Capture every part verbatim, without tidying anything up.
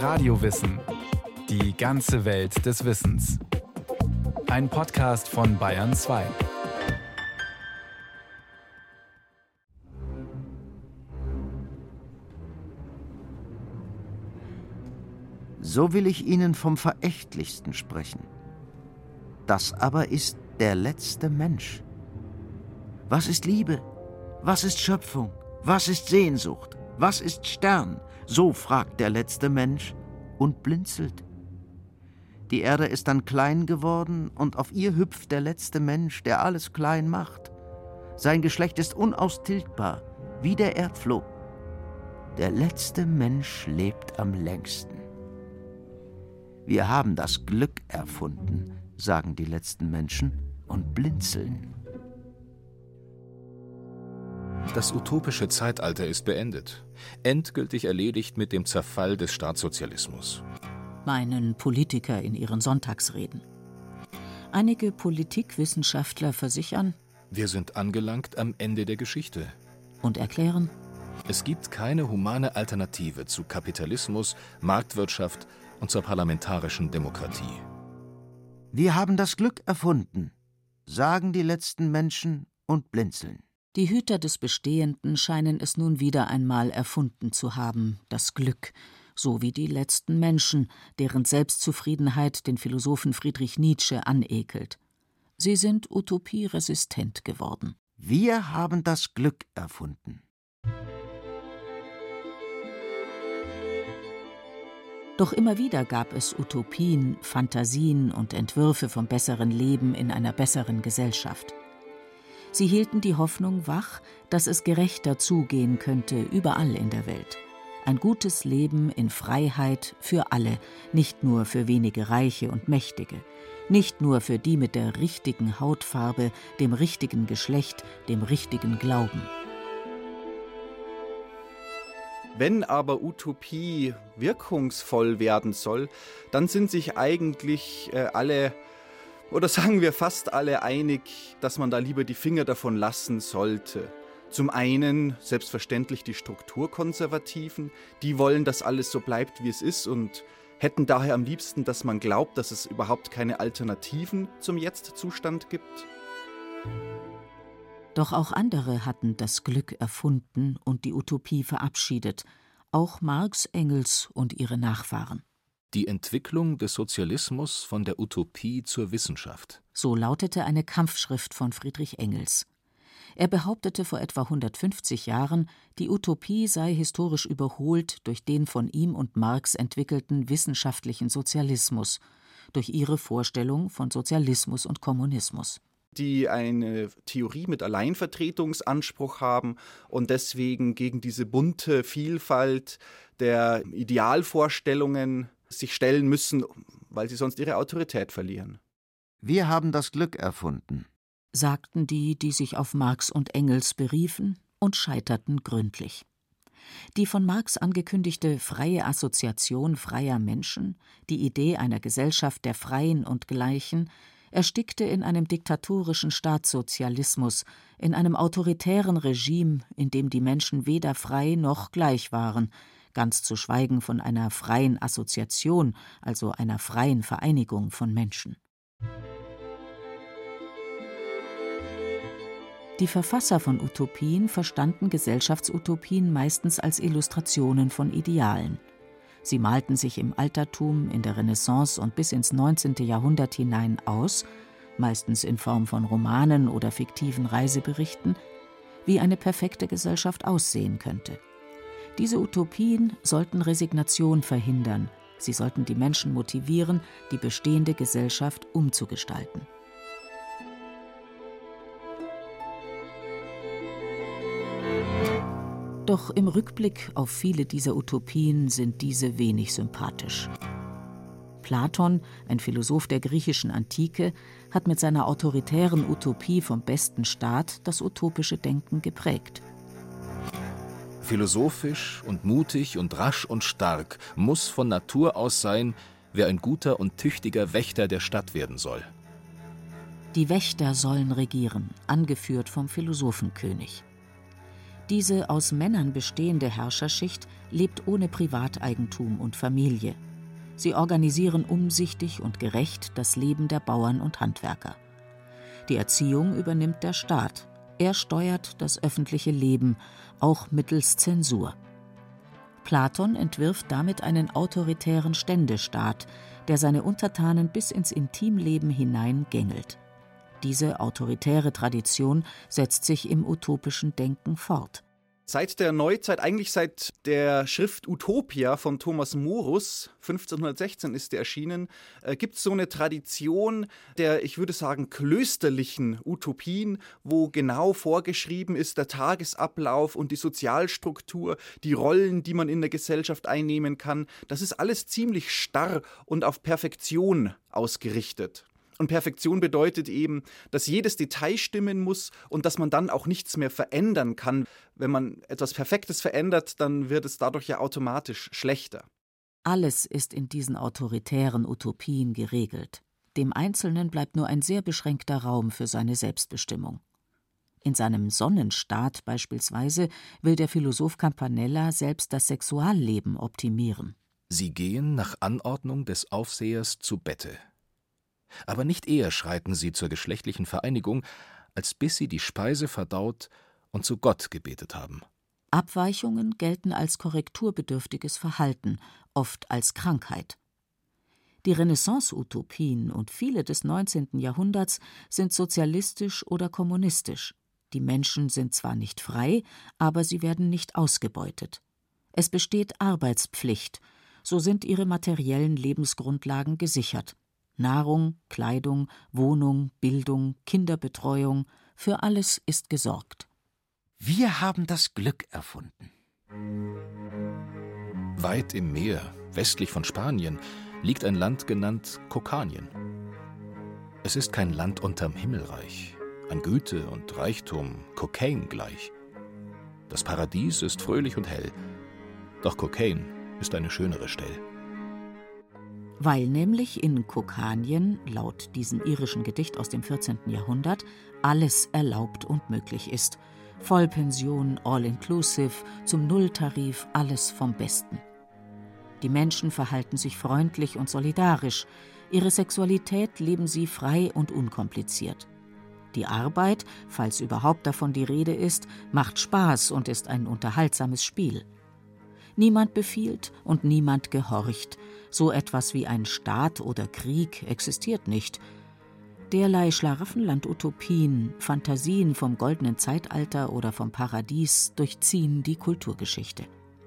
Radiowissen. Die ganze Welt des Wissens. Ein Podcast von Bayern zwei. So will ich Ihnen vom Verächtlichsten sprechen. Das aber ist der letzte Mensch. Was ist Liebe? Was ist Schöpfung? Was ist Sehnsucht? Was ist Stern? So fragt der letzte Mensch und blinzelt. Die Erde ist dann klein geworden und auf ihr hüpft der letzte Mensch, der alles klein macht. Sein Geschlecht ist unaustilgbar, wie der Erdfloh. Der letzte Mensch lebt am längsten. Wir haben das Glück erfunden, sagen die letzten Menschen und blinzeln. Das utopische Zeitalter ist beendet. Endgültig erledigt mit dem Zerfall des Staatssozialismus. Meinen Politiker in ihren Sonntagsreden. Einige Politikwissenschaftler versichern, wir sind angelangt am Ende der Geschichte. Und erklären, es gibt keine humane Alternative zu Kapitalismus, Marktwirtschaft und zur parlamentarischen Demokratie. Wir haben das Glück erfunden, sagen die letzten Menschen und blinzeln. Die Hüter des Bestehenden scheinen es nun wieder einmal erfunden zu haben, das Glück, so wie die letzten Menschen, deren Selbstzufriedenheit den Philosophen Friedrich Nietzsche anekelt. Sie sind utopieresistent geworden. Wir haben das Glück erfunden. Doch immer wieder gab es Utopien, Fantasien und Entwürfe vom besseren Leben in einer besseren Gesellschaft. Sie hielten die Hoffnung wach, dass es gerechter zugehen könnte überall in der Welt. Ein gutes Leben in Freiheit für alle, nicht nur für wenige Reiche und Mächtige, nicht nur für die mit der richtigen Hautfarbe, dem richtigen Geschlecht, dem richtigen Glauben. Wenn aber Utopie wirkungsvoll werden soll, dann sind sich eigentlich äh, alle, oder sagen wir fast alle einig, dass man da lieber die Finger davon lassen sollte. Zum einen selbstverständlich die Strukturkonservativen, die wollen, dass alles so bleibt, wie es ist und hätten daher am liebsten, dass man glaubt, dass es überhaupt keine Alternativen zum Jetzt-Zustand gibt. Doch auch andere hatten das Glück erfunden und die Utopie verabschiedet, auch Marx, Engels und ihre Nachfahren. Die Entwicklung des Sozialismus von der Utopie zur Wissenschaft. So lautete eine Kampfschrift von Friedrich Engels. Er behauptete vor etwa hundertfünfzig Jahren, die Utopie sei historisch überholt durch den von ihm und Marx entwickelten wissenschaftlichen Sozialismus, durch ihre Vorstellung von Sozialismus und Kommunismus. Die eine Theorie mit Alleinvertretungsanspruch haben und deswegen gegen diese bunte Vielfalt der Idealvorstellungen sich stellen müssen, weil sie sonst ihre Autorität verlieren. Wir haben das Glück erfunden, sagten die, die sich auf Marx und Engels beriefen und scheiterten gründlich. Die von Marx angekündigte freie Assoziation freier Menschen, die Idee einer Gesellschaft der Freien und Gleichen, erstickte in einem diktatorischen Staatssozialismus, in einem autoritären Regime, in dem die Menschen weder frei noch gleich waren, ganz zu schweigen von einer freien Assoziation, also einer freien Vereinigung von Menschen. Die Verfasser von Utopien verstanden Gesellschaftsutopien meistens als Illustrationen von Idealen. Sie malten sich im Altertum, in der Renaissance und bis ins neunzehnte Jahrhundert hinein aus, meistens in Form von Romanen oder fiktiven Reiseberichten, wie eine perfekte Gesellschaft aussehen könnte. Diese Utopien sollten Resignation verhindern, sie sollten die Menschen motivieren, die bestehende Gesellschaft umzugestalten. Doch im Rückblick auf viele dieser Utopien sind diese wenig sympathisch. Platon, ein Philosoph der griechischen Antike, hat mit seiner autoritären Utopie vom besten Staat das utopische Denken geprägt. Philosophisch und mutig und rasch und stark muss von Natur aus sein, wer ein guter und tüchtiger Wächter der Stadt werden soll. Die Wächter sollen regieren, angeführt vom Philosophenkönig. Diese aus Männern bestehende Herrscherschicht lebt ohne Privateigentum und Familie. Sie organisieren umsichtig und gerecht das Leben der Bauern und Handwerker. Die Erziehung übernimmt der Staat. Er steuert das öffentliche Leben, auch mittels Zensur. Platon entwirft damit einen autoritären Ständestaat, der seine Untertanen bis ins Intimleben hinein gängelt. Diese autoritäre Tradition setzt sich im utopischen Denken fort. Seit der Neuzeit, eigentlich seit der Schrift Utopia von Thomas Morus, fünfzehnhundertsechzehn ist der erschienen, äh, gibt es so eine Tradition der, ich würde sagen, klösterlichen Utopien, wo genau vorgeschrieben ist der Tagesablauf und die Sozialstruktur, die Rollen, die man in der Gesellschaft einnehmen kann. Das ist alles ziemlich starr und auf Perfektion ausgerichtet. Und Perfektion bedeutet eben, dass jedes Detail stimmen muss und dass man dann auch nichts mehr verändern kann. Wenn man etwas Perfektes verändert, dann wird es dadurch ja automatisch schlechter. Alles ist in diesen autoritären Utopien geregelt. Dem Einzelnen bleibt nur ein sehr beschränkter Raum für seine Selbstbestimmung. In seinem Sonnenstaat beispielsweise will der Philosoph Campanella selbst das Sexualleben optimieren. Sie gehen nach Anordnung des Aufsehers zu Bette. Aber nicht eher schreiten sie zur geschlechtlichen Vereinigung, als bis sie die Speise verdaut und zu Gott gebetet haben. Abweichungen gelten als korrekturbedürftiges Verhalten, oft als Krankheit. Die Renaissance-Utopien und viele des neunzehnten Jahrhunderts sind sozialistisch oder kommunistisch. Die Menschen sind zwar nicht frei, aber sie werden nicht ausgebeutet. Es besteht Arbeitspflicht, so sind ihre materiellen Lebensgrundlagen gesichert. Nahrung, Kleidung, Wohnung, Bildung, Kinderbetreuung, für alles ist gesorgt. Wir haben das Glück erfunden. Weit im Meer, westlich von Spanien, liegt ein Land genannt Kokanien. Es ist kein Land unterm Himmelreich, an Güte und Reichtum Cocaine gleich. Das Paradies ist fröhlich und hell, doch Cocaine ist eine schönere Stelle. Weil nämlich in Kokanien, laut diesem irischen Gedicht aus dem vierzehnten Jahrhundert, alles erlaubt und möglich ist. Vollpension, all-inclusive, zum Nulltarif, alles vom Besten. Die Menschen verhalten sich freundlich und solidarisch. Ihre Sexualität leben sie frei und unkompliziert. Die Arbeit, falls überhaupt davon die Rede ist, macht Spaß und ist ein unterhaltsames Spiel. Niemand befiehlt und niemand gehorcht. So etwas wie ein Staat oder Krieg existiert nicht. Derlei Schlaraffenland-Utopien, Fantasien vom goldenen Zeitalter oder vom Paradies durchziehen die Kulturgeschichte.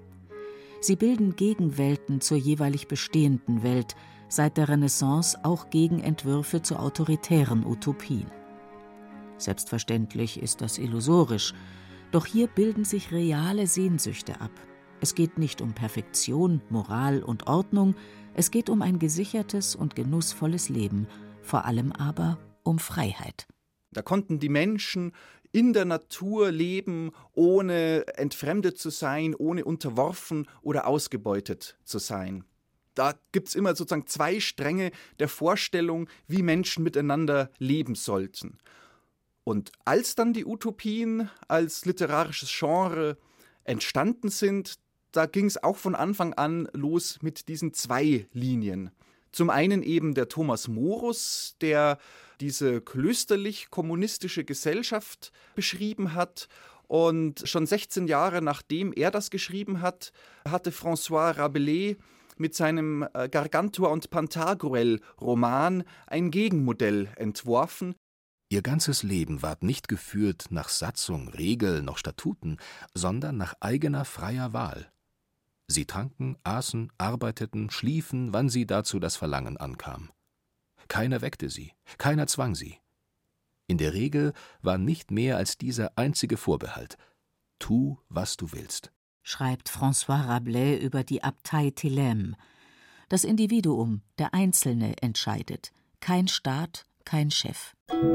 Sie bilden Gegenwelten zur jeweilig bestehenden Welt, seit der Renaissance auch Gegenentwürfe zu autoritären Utopien. Selbstverständlich ist das illusorisch, doch hier bilden sich reale Sehnsüchte ab. Es geht nicht um Perfektion, Moral und Ordnung, es geht um ein gesichertes und genussvolles Leben, vor allem aber um Freiheit. Da konnten die Menschen in der Natur leben, ohne entfremdet zu sein, ohne unterworfen oder ausgebeutet zu sein. Da gibt es immer sozusagen zwei Stränge der Vorstellung, wie Menschen miteinander leben sollten. Und als dann die Utopien als literarisches Genre entstanden sind, da ging es auch von Anfang an los mit diesen zwei Linien. Zum einen eben der Thomas Morus, der diese klösterlich-kommunistische Gesellschaft beschrieben hat. Und schon sechzehn Jahre nachdem er das geschrieben hat, hatte François Rabelais mit seinem Gargantua und Pantagruel-Roman ein Gegenmodell entworfen. Ihr ganzes Leben ward nicht geführt nach Satzung, Regel noch Statuten, sondern nach eigener freier Wahl. Sie tranken, aßen, arbeiteten, schliefen, wann sie dazu das Verlangen ankam. Keiner weckte sie, keiner zwang sie. In der Regel war nicht mehr als dieser einzige Vorbehalt: Tu, was du willst, schreibt François Rabelais über die Abtei Thelème. Das Individuum, der Einzelne, entscheidet. Kein Staat, kein Chef.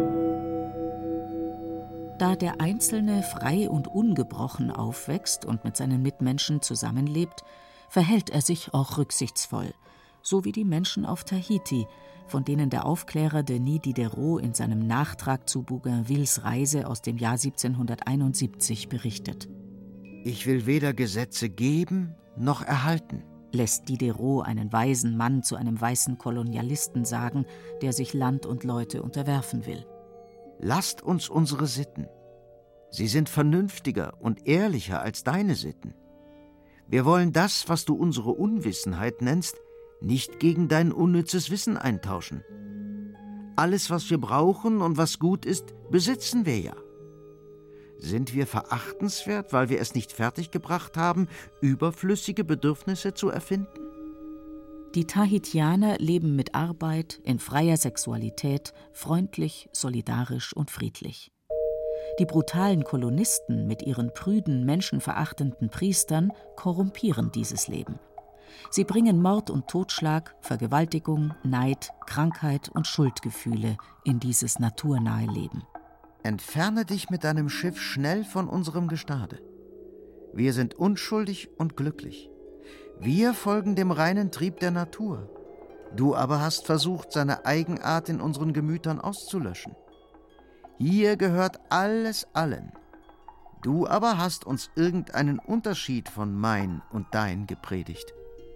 Da der Einzelne frei und ungebrochen aufwächst und mit seinen Mitmenschen zusammenlebt, verhält er sich auch rücksichtsvoll, so wie die Menschen auf Tahiti, von denen der Aufklärer Denis Diderot in seseinem Nachtrag zu Bougainvilles Reise aus dem Jahr siebzehnhunderteinundsiebzig berichtet. Ich will weder Gesetze geben noch erhalten, lässt Diderot einen weisen Mann zu einem weißen Kolonialisten sagen, der sich Land und Leute unterwerfen will. Lasst uns unsere Sitten. Sie sind vernünftiger und ehrlicher als deine Sitten. Wir wollen das, was du unsere Unwissenheit nennst, nicht gegen dein unnützes Wissen eintauschen. Alles, was wir brauchen und was gut ist, besitzen wir ja. Sind wir verachtenswert, weil wir es nicht fertiggebracht haben, überflüssige Bedürfnisse zu erfinden? Die Tahitianer leben mit Arbeit, in freier Sexualität, freundlich, solidarisch und friedlich. Die brutalen Kolonisten mit ihren prüden, menschenverachtenden Priestern korrumpieren dieses Leben. Sie bringen Mord und Totschlag, Vergewaltigung, Neid, Krankheit und Schuldgefühle in dieses naturnahe Leben. Entferne dich mit deinem Schiff schnell von unserem Gestade. Wir sind unschuldig und glücklich. Wir folgen dem reinen Trieb der Natur. Du aber hast versucht, seine Eigenart in unseren Gemütern auszulöschen. Hier gehört alles allen. Du aber hast uns irgendeinen Unterschied von mein und dein gepredigt.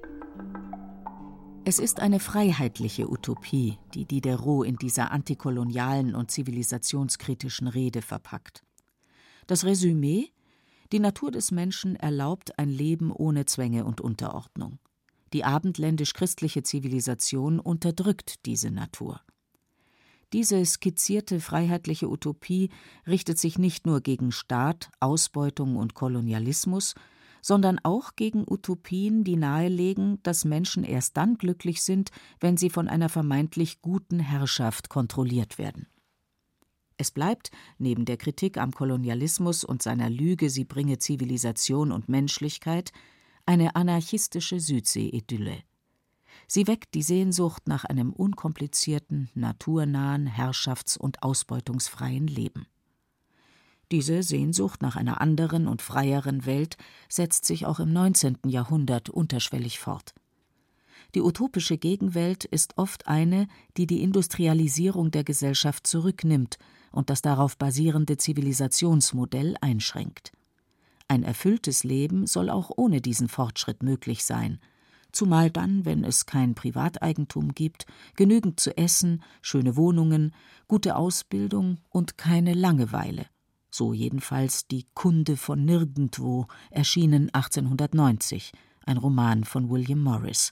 Es ist eine freiheitliche Utopie, die Diderot in dieser antikolonialen und zivilisationskritischen Rede verpackt. Das Resümee: Die Natur des Menschen erlaubt ein Leben ohne Zwänge und Unterordnung. Die abendländisch-christliche Zivilisation unterdrückt diese Natur. Diese skizzierte freiheitliche Utopie richtet sich nicht nur gegen Staat, Ausbeutung und Kolonialismus, sondern auch gegen Utopien, die nahelegen, dass Menschen erst dann glücklich sind, wenn sie von einer vermeintlich guten Herrschaft kontrolliert werden. Es bleibt, neben der Kritik am Kolonialismus und seiner Lüge, sie bringe Zivilisation und Menschlichkeit, eine anarchistische Südsee-Idylle. Sie weckt die Sehnsucht nach einem unkomplizierten, naturnahen, herrschafts- und ausbeutungsfreien Leben. Diese Sehnsucht nach einer anderen und freieren Welt setzt sich auch im neunzehnten Jahrhundert unterschwellig fort. Die utopische Gegenwelt ist oft eine, die die Industrialisierung der Gesellschaft zurücknimmt und das darauf basierende Zivilisationsmodell einschränkt. Ein erfülltes Leben soll auch ohne diesen Fortschritt möglich sein, zumal dann, wenn es kein Privateigentum gibt, genügend zu essen, schöne Wohnungen, gute Ausbildung und keine Langeweile. So jedenfalls die Kunde von Nirgendwo, erschienen achtzehnhundertneunzig, ein Roman von William Morris.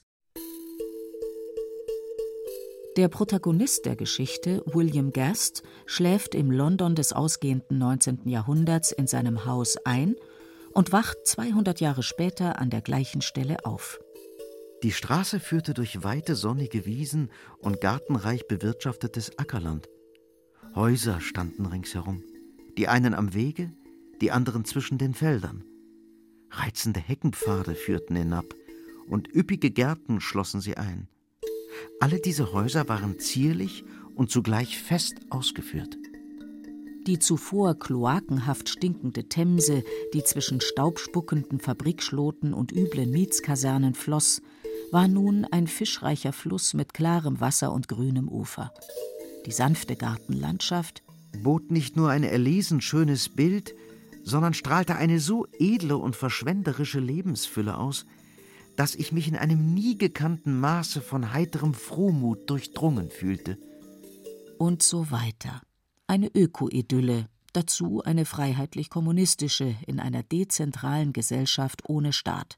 Der Protagonist der Geschichte, William Guest, schläft im London des ausgehenden neunzehnten Jahrhunderts in seinem Haus ein und wacht zweihundert Jahre später an der gleichen Stelle auf. Die Straße führte durch weite sonnige Wiesen und gartenreich bewirtschaftetes Ackerland. Häuser standen ringsherum, die einen am Wege, die anderen zwischen den Feldern. Reizende Heckenpfade führten hinab und üppige Gärten schlossen sie ein. Alle diese Häuser waren zierlich und zugleich fest ausgeführt. Die zuvor kloakenhaft stinkende Themse, die zwischen staubspuckenden Fabrikschloten und üblen Mietskasernen floss, war nun ein fischreicher Fluss mit klarem Wasser und grünem Ufer. Die sanfte Gartenlandschaft bot nicht nur ein erlesen schönes Bild, sondern strahlte eine so edle und verschwenderische Lebensfülle aus, dass ich mich in einem nie gekannten Maße von heiterem Frohmut durchdrungen fühlte. Und so weiter. Eine Öko-Idylle, dazu eine freiheitlich-kommunistische in einer dezentralen Gesellschaft ohne Staat.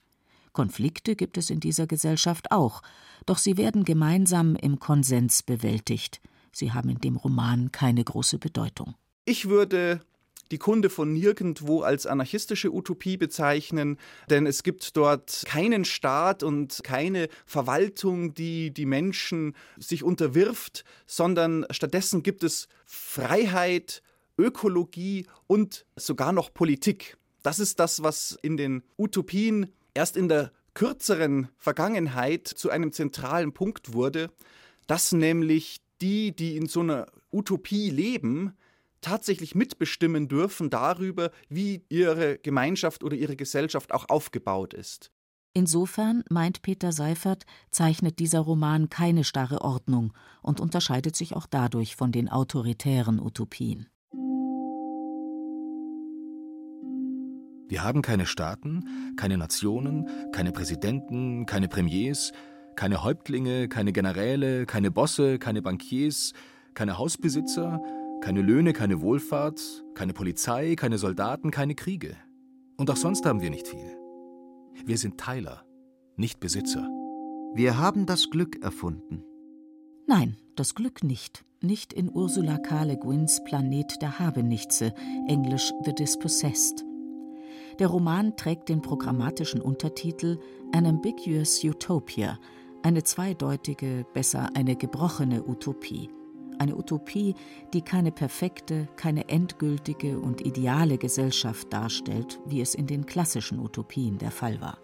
Konflikte gibt es in dieser Gesellschaft auch, doch sie werden gemeinsam im Konsens bewältigt. Sie haben in dem Roman keine große Bedeutung. Ich würde die Kunde von Nirgendwo als anarchistische Utopie bezeichnen, denn es gibt dort keinen Staat und keine Verwaltung, die die Menschen sich unterwirft, sondern stattdessen gibt es Freiheit, Ökologie und sogar noch Politik. Das ist das, was in den Utopien erst in der kürzeren Vergangenheit zu einem zentralen Punkt wurde, dass nämlich die, die in so einer Utopie leben, tatsächlich mitbestimmen dürfen darüber, wie ihre Gemeinschaft oder ihre Gesellschaft auch aufgebaut ist. Insofern, meint Peter Seiffert, zeichnet dieser Roman keine starre Ordnung und unterscheidet sich auch dadurch von den autoritären Utopien. Wir haben keine Staaten, keine Nationen, keine Präsidenten, keine Premiers, keine Häuptlinge, keine Generäle, keine Bosse, keine Bankiers, keine Hausbesitzer, keine Löhne, keine Wohlfahrt, keine Polizei, keine Soldaten, keine Kriege. Und auch sonst haben wir nicht viel. Wir sind Teiler, nicht Besitzer. Wir haben das Glück erfunden. Nein, das Glück nicht. Nicht in Ursula K. Le Guins Planet der Habenichtse, englisch The Dispossessed. Der Roman trägt den programmatischen Untertitel An Ambiguous Utopia, eine zweideutige, besser eine gebrochene Utopie. Eine Utopie, die keine perfekte, keine endgültige und ideale Gesellschaft darstellt, wie es in den klassischen Utopien der Fall war.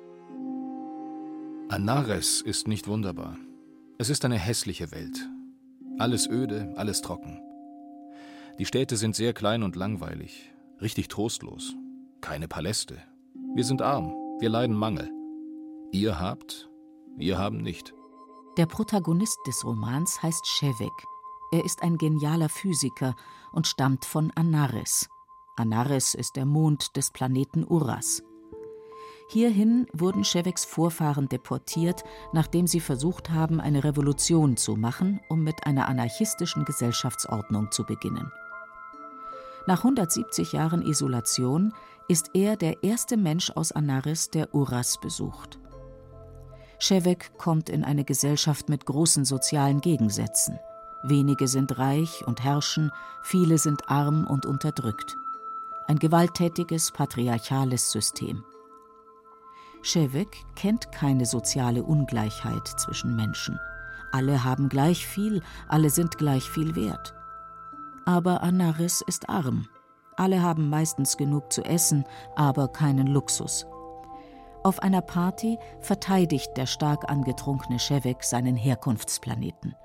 Anares ist nicht wunderbar. Es ist eine hässliche Welt. Alles öde, alles trocken. Die Städte sind sehr klein und langweilig, richtig trostlos. Keine Paläste. Wir sind arm, wir leiden Mangel. Ihr habt, wir haben nicht. Der Protagonist des Romans heißt Shevek. Er ist ein genialer Physiker und stammt von Anares. Anares ist der Mond des Planeten Uras. Hierhin wurden Sheveks Vorfahren deportiert, nachdem sie versucht haben, eine Revolution zu machen, um mit einer anarchistischen Gesellschaftsordnung zu beginnen. Nach hundertsiebzig Jahren Isolation ist er der erste Mensch aus Anaris, der Uras besucht. Shevek kommt in eine Gesellschaft mit großen sozialen Gegensätzen. Wenige sind reich und herrschen, viele sind arm und unterdrückt. Ein gewalttätiges, patriarchales System. Shevek kennt keine soziale Ungleichheit zwischen Menschen. Alle haben gleich viel, alle sind gleich viel wert. Aber Anaris ist arm. Alle haben meistens genug zu essen, aber keinen Luxus. Auf einer Party verteidigt der stark angetrunkene Shevek seinen Herkunftsplaneten.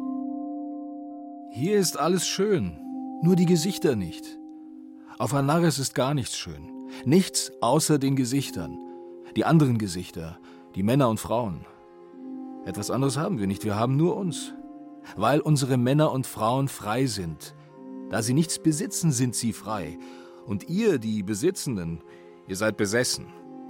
Hier ist alles schön, nur die Gesichter nicht. Auf Anaris ist gar nichts schön. Nichts außer den Gesichtern. Die anderen Gesichter, die Männer und Frauen. Etwas anderes haben wir nicht, wir haben nur uns. Weil unsere Männer und Frauen frei sind. Da sie nichts besitzen, sind sie frei. Und ihr, die Besitzenden, ihr seid besessen.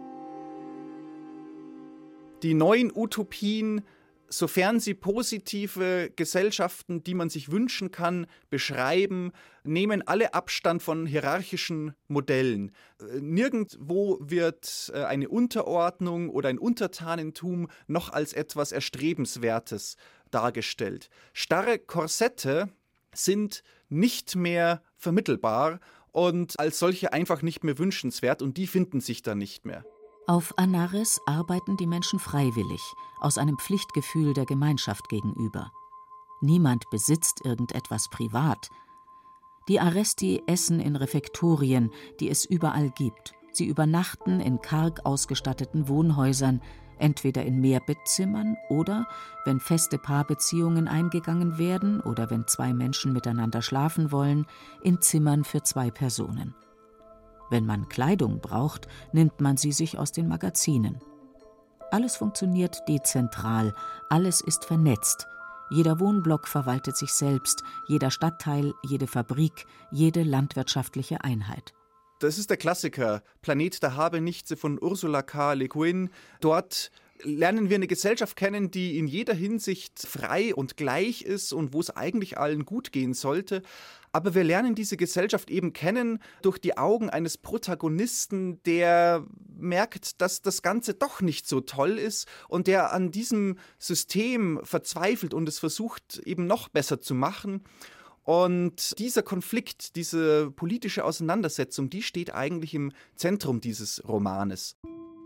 Die neuen Utopien, sofern sie positive Gesellschaften, die man sich wünschen kann, beschreiben, nehmen alle Abstand von hierarchischen Modellen. Nirgendwo wird eine Unterordnung oder ein Untertanentum noch als etwas Erstrebenswertes dargestellt. Starre Korsette sind nicht mehr vermittelbar und als solche einfach nicht mehr wünschenswert und die finden sich da nicht mehr. Auf Anaris arbeiten die Menschen freiwillig, aus einem Pflichtgefühl der Gemeinschaft gegenüber. Niemand besitzt irgendetwas privat. Die Arresti essen in Refektorien, die es überall gibt. Sie übernachten in karg ausgestatteten Wohnhäusern, entweder in Mehrbettzimmern oder, wenn feste Paarbeziehungen eingegangen werden oder wenn zwei Menschen miteinander schlafen wollen, in Zimmern für zwei Personen. Wenn man Kleidung braucht, nimmt man sie sich aus den Magazinen. Alles funktioniert dezentral, alles ist vernetzt. Jeder Wohnblock verwaltet sich selbst, jeder Stadtteil, jede Fabrik, jede landwirtschaftliche Einheit. Das ist der Klassiker, Planet der Habenichtse von Ursula K. Le Guin. Dort lernen wir eine Gesellschaft kennen, die in jeder Hinsicht frei und gleich ist und wo es eigentlich allen gut gehen sollte. Aber wir lernen diese Gesellschaft eben kennen durch die Augen eines Protagonisten, der merkt, dass das Ganze doch nicht so toll ist und der an diesem System verzweifelt und es versucht eben noch besser zu machen. Und dieser Konflikt, diese politische Auseinandersetzung, die steht eigentlich im Zentrum dieses Romanes.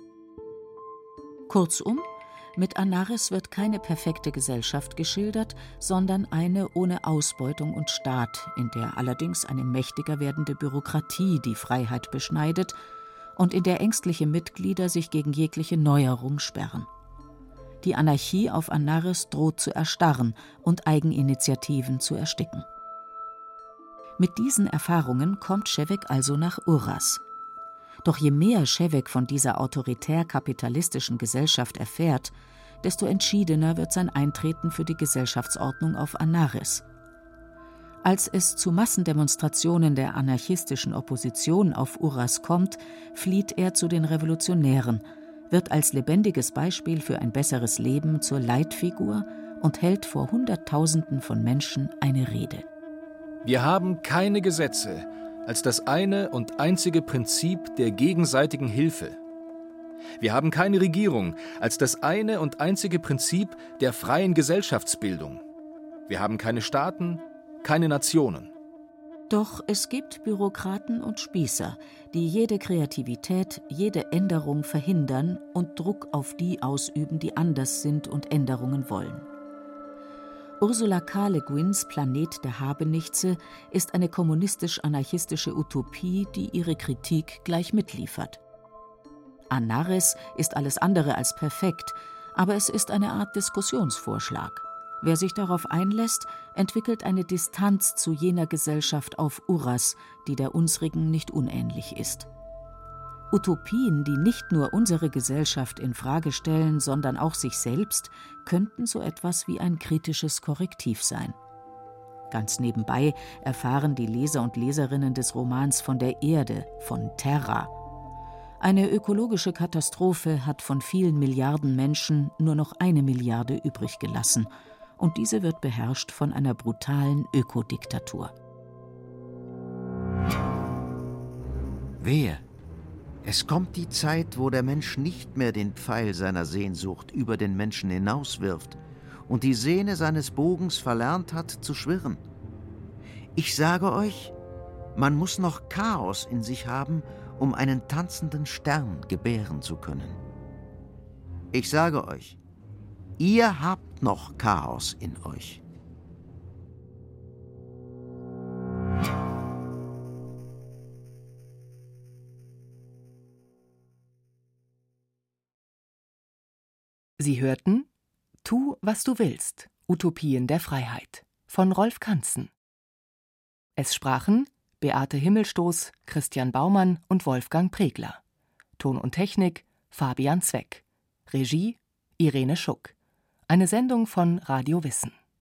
Kurzum, mit Anaris wird keine perfekte Gesellschaft geschildert, sondern eine ohne Ausbeutung und Staat, in der allerdings eine mächtiger werdende Bürokratie die Freiheit beschneidet und in der ängstliche Mitglieder sich gegen jegliche Neuerung sperren. Die Anarchie auf Anaris droht zu erstarren und Eigeninitiativen zu ersticken. Mit diesen Erfahrungen kommt Shevek also nach Uras. Doch je mehr Shevek von dieser autoritär-kapitalistischen Gesellschaft erfährt, desto entschiedener wird sein Eintreten für die Gesellschaftsordnung auf Anaris. Als es zu Massendemonstrationen der anarchistischen Opposition auf Uras kommt, flieht er zu den Revolutionären, wird als lebendiges Beispiel für ein besseres Leben zur Leitfigur und hält vor Hunderttausenden von Menschen eine Rede. Wir haben keine Gesetze als das eine und einzige Prinzip der gegenseitigen Hilfe. Wir haben keine Regierung als das eine und einzige Prinzip der freien Gesellschaftsbildung. Wir haben keine Staaten, keine Nationen. Doch es gibt Bürokraten und Spießer, die jede Kreativität, jede Änderung verhindern und Druck auf die ausüben, die anders sind und Änderungen wollen. Ursula K. Le Guins Planet der Habenichtse ist eine kommunistisch-anarchistische Utopie, die ihre Kritik gleich mitliefert. Anarres ist alles andere als perfekt, aber es ist eine Art Diskussionsvorschlag. Wer sich darauf einlässt, entwickelt eine Distanz zu jener Gesellschaft auf Uras, die der unsrigen nicht unähnlich ist. Utopien, die nicht nur unsere Gesellschaft in Frage stellen, sondern auch sich selbst, könnten so etwas wie ein kritisches Korrektiv sein. Ganz nebenbei erfahren die Leser und Leserinnen des Romans von der Erde, von Terra. Eine ökologische Katastrophe hat von vielen Milliarden Menschen nur noch eine Milliarde übrig gelassen. Und diese wird beherrscht von einer brutalen Ökodiktatur. Wehe! Es kommt die Zeit, wo der Mensch nicht mehr den Pfeil seiner Sehnsucht über den Menschen hinauswirft und die Sehne seines Bogens verlernt hat zu schwirren. Ich sage euch, man muss noch Chaos in sich haben, um einen tanzenden Stern gebären zu können. Ich sage euch, ihr habt noch Chaos in euch. Sie hörten Tu, was du willst. Utopien der Freiheit von Rolf Kanzen. Es sprachen Beate Himmelstoß, Christian Baumann und Wolfgang Pregler. Ton und Technik Fabian Zweck. Regie Irene Schuck. Eine Sendung von Radio Wissen.